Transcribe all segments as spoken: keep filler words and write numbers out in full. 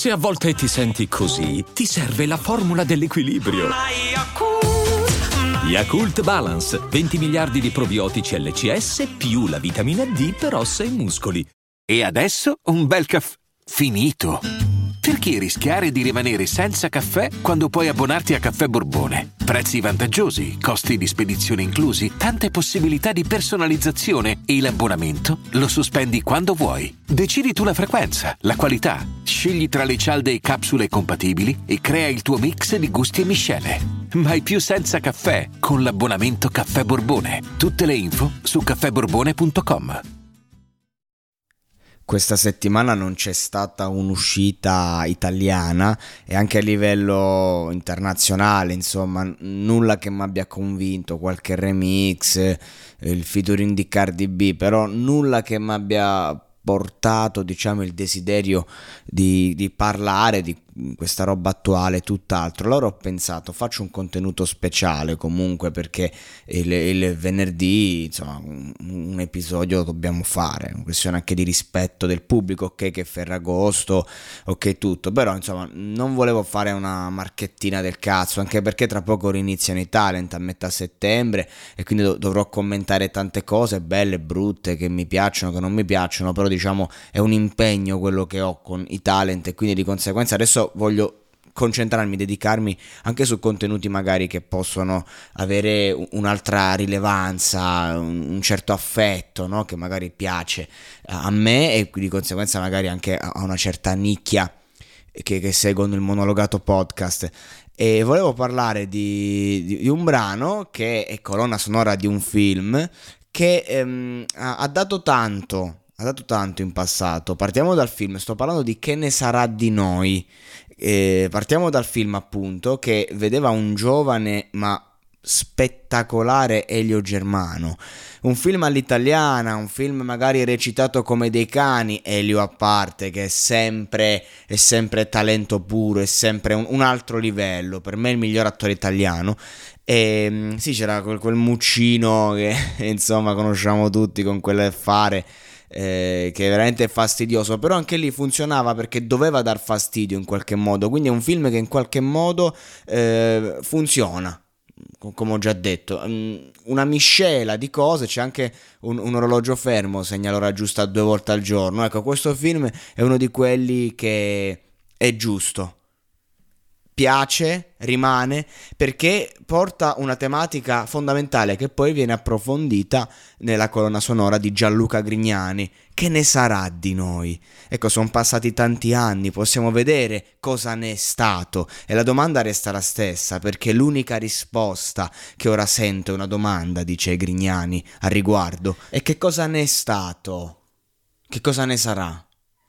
Se a volte ti senti così, ti serve la formula dell'equilibrio. Yakult Balance, venti miliardi di probiotici L C S più la vitamina D per ossa e muscoli. E adesso un bel caffè finito. Perché rischiare di rimanere senza caffè quando puoi abbonarti a Caffè Borbone? Prezzi vantaggiosi, costi di spedizione inclusi, tante possibilità di personalizzazione e l'abbonamento lo sospendi quando vuoi. Decidi tu la frequenza, la qualità, scegli tra le cialde e capsule compatibili e crea il tuo mix di gusti e miscele. Mai più senza caffè con l'abbonamento Caffè Borbone. Tutte le info su caffè borbone punto com. Questa settimana non c'è stata un'uscita italiana e anche a livello internazionale, insomma, nulla che mi abbia convinto, qualche remix, il featuring di Cardi B, però nulla che mi abbia portato, diciamo, il desiderio di, di parlare di questa roba attuale, tutt'altro. Allora ho pensato, faccio un contenuto speciale comunque, perché il, il venerdì, insomma, un, un episodio lo dobbiamo fare, una questione anche di rispetto del pubblico, ok che è Ferragosto, ok tutto, però insomma non volevo fare una marchettina del cazzo, anche perché tra poco riniziano i talent a metà settembre e quindi dov- dovrò commentare tante cose belle e brutte che mi piacciono, che non mi piacciono, però diciamo è un impegno quello che ho con i talent e quindi di conseguenza adesso voglio concentrarmi, dedicarmi anche su contenuti magari che possono avere un'altra rilevanza, un certo affetto, no? Che magari piace a me e di conseguenza magari anche a una certa nicchia che, che seguono il monologato podcast. E volevo parlare di, di, di un brano che è colonna sonora di un film che ehm, ha, ha dato tanto ha dato tanto in passato. Partiamo dal film, sto parlando di Che ne sarà di noi. Eh, partiamo dal film, appunto, che vedeva un giovane ma spettacolare Elio Germano, un film all'italiana, un film magari recitato come dei cani, Elio a parte, che è sempre è sempre talento puro, è sempre un, un altro livello, per me è il miglior attore italiano. E sì, c'era quel, quel muccino che insomma conosciamo tutti, con quell'affare Eh, che è veramente fastidioso, però anche lì funzionava perché doveva dar fastidio in qualche modo, quindi è un film che in qualche modo eh, funziona, come ho già detto, una miscela di cose. C'è anche un, un orologio fermo, segna l'ora giusta due volte al giorno. Ecco, questo film è uno di quelli che è giusto, piace, rimane, perché porta una tematica fondamentale che poi viene approfondita nella colonna sonora di Gianluca Grignani. Che ne sarà di noi? Ecco, sono passati tanti anni, possiamo vedere cosa ne è stato e la domanda resta la stessa, perché l'unica risposta che ora sento è una domanda, dice Grignani al riguardo: e che cosa ne è stato? Che cosa ne sarà?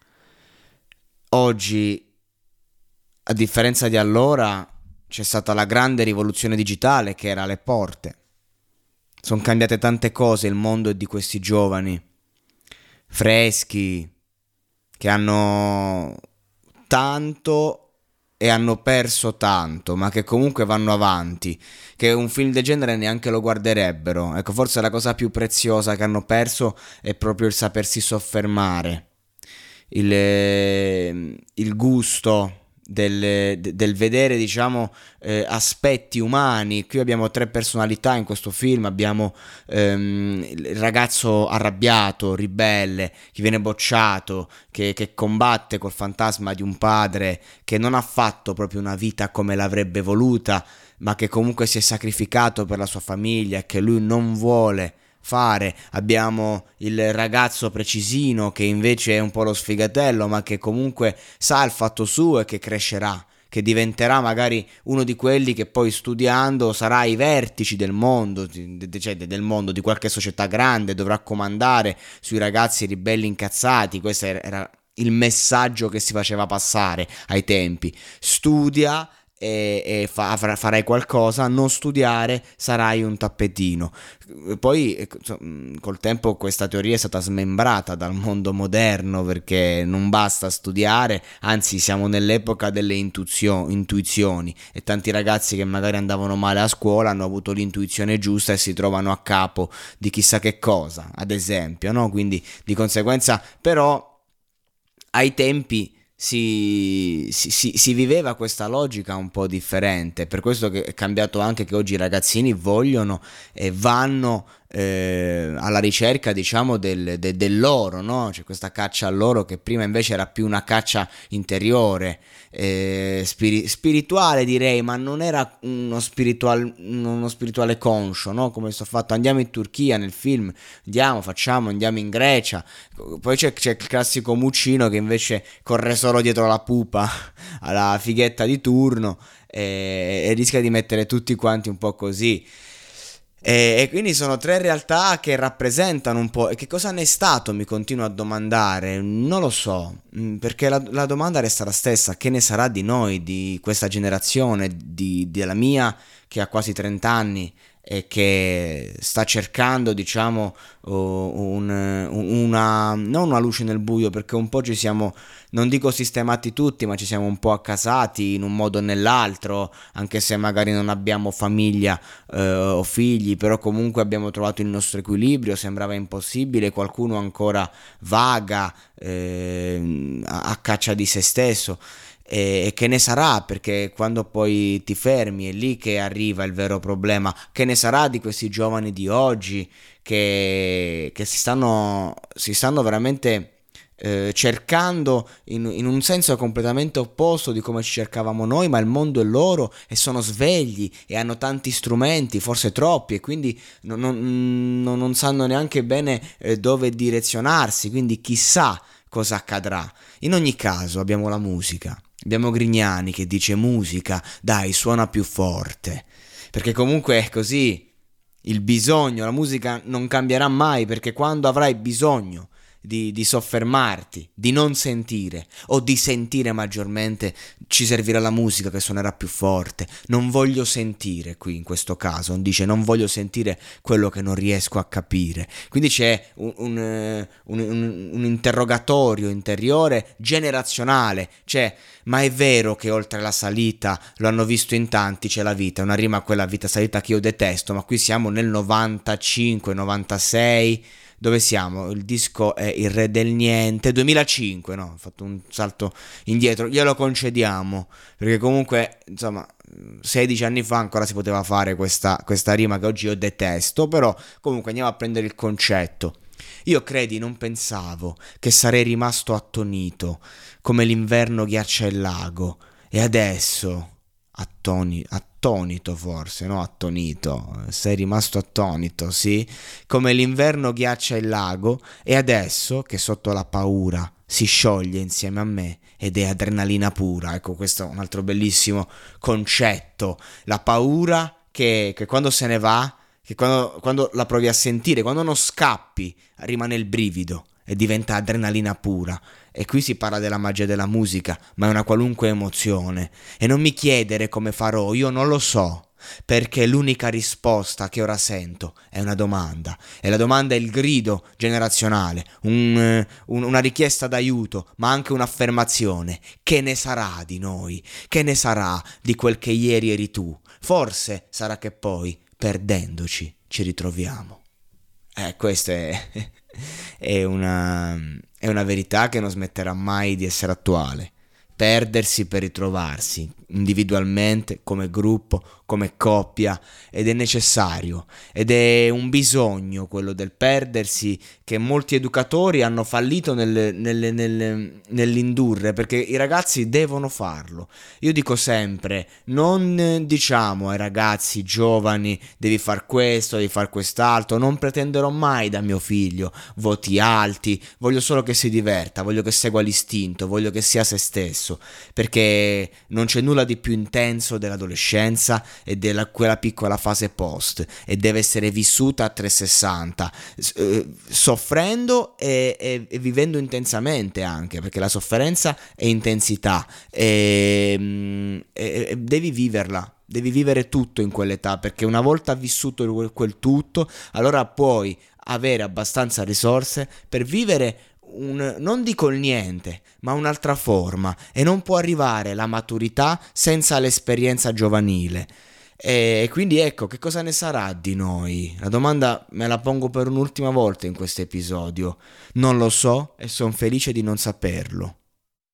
Oggi, a differenza di allora, c'è stata la grande rivoluzione digitale che era alle porte. Sono cambiate tante cose, il mondo è di questi giovani freschi che hanno tanto e hanno perso tanto, ma che comunque vanno avanti, che un film del genere neanche lo guarderebbero. Ecco, forse la cosa più preziosa che hanno perso è proprio il sapersi soffermare, il, il gusto Del, del vedere, diciamo, eh, aspetti umani. Qui abbiamo tre personalità in questo film. Abbiamo ehm, il ragazzo arrabbiato, ribelle, che viene bocciato, che, che combatte col fantasma di un padre che non ha fatto proprio una vita come l'avrebbe voluta, ma che comunque si è sacrificato per la sua famiglia e che lui non vuole fare. Abbiamo il ragazzo precisino che invece è un po' lo sfigatello, ma che comunque sa il fatto suo e che crescerà, che diventerà magari uno di quelli che poi studiando sarà ai vertici del mondo, cioè del mondo di qualche società grande, dovrà comandare sui ragazzi ribelli incazzati. Questo era il messaggio che si faceva passare ai tempi: studia e, e fa, farai qualcosa, non studiare sarai un tappetino. Poi col tempo questa teoria è stata smembrata dal mondo moderno, perché non basta studiare, anzi siamo nell'epoca delle intuzio- intuizioni e tanti ragazzi che magari andavano male a scuola hanno avuto l'intuizione giusta e si trovano a capo di chissà che cosa, ad esempio, no? Quindi di conseguenza, però ai tempi si, si, si, si viveva questa logica un po' differente, per questo che è cambiato anche che oggi i ragazzini vogliono e vanno eh, alla ricerca, diciamo, del, de, dell'oro, no? C'è questa caccia all'oro che prima invece era più una caccia interiore, eh, spiri- spirituale direi, ma non era uno, spiritual, uno spirituale conscio, no? Come sto fatto, andiamo in Turchia nel film, andiamo, facciamo, andiamo in Grecia, poi c'è, c'è il classico Muccino che invece corre solo dietro la pupa alla fighetta di turno e, e rischia di mettere tutti quanti un po' così. E, e quindi sono tre realtà che rappresentano un po'. E che cosa ne è stato, mi continuo a domandare, non lo so, perché la, la domanda resta la stessa: che ne sarà di noi, di questa generazione, di, della mia che ha quasi trenta anni e che sta cercando, diciamo, un, una, non una luce nel buio, perché un po' ci siamo, non dico sistemati tutti, ma ci siamo un po' accasati in un modo o nell'altro, anche se magari non abbiamo famiglia eh, o figli, però comunque abbiamo trovato il nostro equilibrio, sembrava impossibile, qualcuno ancora vaga eh, a, a caccia di se stesso. E che ne sarà, perché quando poi ti fermi è lì che arriva il vero problema. Che ne sarà di questi giovani di oggi che, che si stanno si stanno veramente eh, cercando in, in un senso completamente opposto di come ci cercavamo noi, ma il mondo è loro e sono svegli e hanno tanti strumenti, forse troppi, e quindi non, non, non sanno neanche bene eh, dove direzionarsi, quindi chissà cosa accadrà. In ogni caso abbiamo la musica. Abbiamo Grignani che dice: musica, dai, suona più forte. Perché comunque è così, il bisogno, la musica non cambierà mai, perché quando avrai bisogno di, di soffermarti, di non sentire o di sentire maggiormente, ci servirà la musica che suonerà più forte. Non voglio sentire, qui in questo caso dice, non voglio sentire quello che non riesco a capire. Quindi c'è un, un, un, un, un interrogatorio interiore generazionale, cioè: ma è vero che oltre la salita, lo hanno visto in tanti, c'è la vita, una rima a quella vita salita che io detesto, ma qui siamo nel novantacinque novantasei. Dove siamo? Il disco è Il Re del Niente, duemilacinque, no? Ho fatto un salto indietro, glielo concediamo, perché comunque, insomma, sedici anni fa ancora si poteva fare questa, questa rima che oggi io detesto, però comunque andiamo a prendere il concetto. Io, credi, non pensavo che sarei rimasto attonito, come l'inverno ghiaccia il lago, e adesso... Attoni, attonito forse, no? Attonito, sei rimasto attonito, sì? Come l'inverno ghiaccia il lago, e adesso che sotto la paura si scioglie insieme a me ed è adrenalina pura. Ecco, questo è un altro bellissimo concetto. La paura che, che quando se ne va, che quando, quando la provi a sentire, quando non scappi, rimane il brivido e diventa adrenalina pura. E qui si parla della magia della musica, ma è una qualunque emozione. E non mi chiedere come farò, io non lo so, perché l'unica risposta che ora sento è una domanda. E la domanda è il grido generazionale, un, un, una richiesta d'aiuto, ma anche un'affermazione. Che ne sarà di noi? Che ne sarà di quel che ieri eri tu? Forse sarà che poi, perdendoci, ci ritroviamo. Eh, questa è, è, una, è una verità che non smetterà mai di essere attuale. Perdersi per ritrovarsi, individualmente, come gruppo, come coppia, ed è necessario, ed è un bisogno quello del perdersi che molti educatori hanno fallito nel, nel, nel, nell'indurre, perché i ragazzi devono farlo. Io dico sempre, non diciamo ai ragazzi giovani devi far questo, devi far quest'altro, non pretenderò mai da mio figlio voti alti, voglio solo che si diverta, voglio che segua l'istinto, voglio che sia se stesso, perché non c'è nulla di più intenso dell'adolescenza e della quella piccola fase post, e deve essere vissuta a trecentosessanta, eh, soffrendo e, e, e vivendo intensamente, anche perché la sofferenza è intensità, e, e, e devi viverla. Devi vivere tutto in quell'età, perché una volta vissuto quel, quel tutto, allora puoi avere abbastanza risorse per vivere un, non dico il niente, ma un'altra forma, e non può arrivare la maturità senza l'esperienza giovanile. E quindi ecco, che cosa ne sarà di noi? La domanda me la pongo per un'ultima volta in questo episodio. Non lo so e sono felice di non saperlo.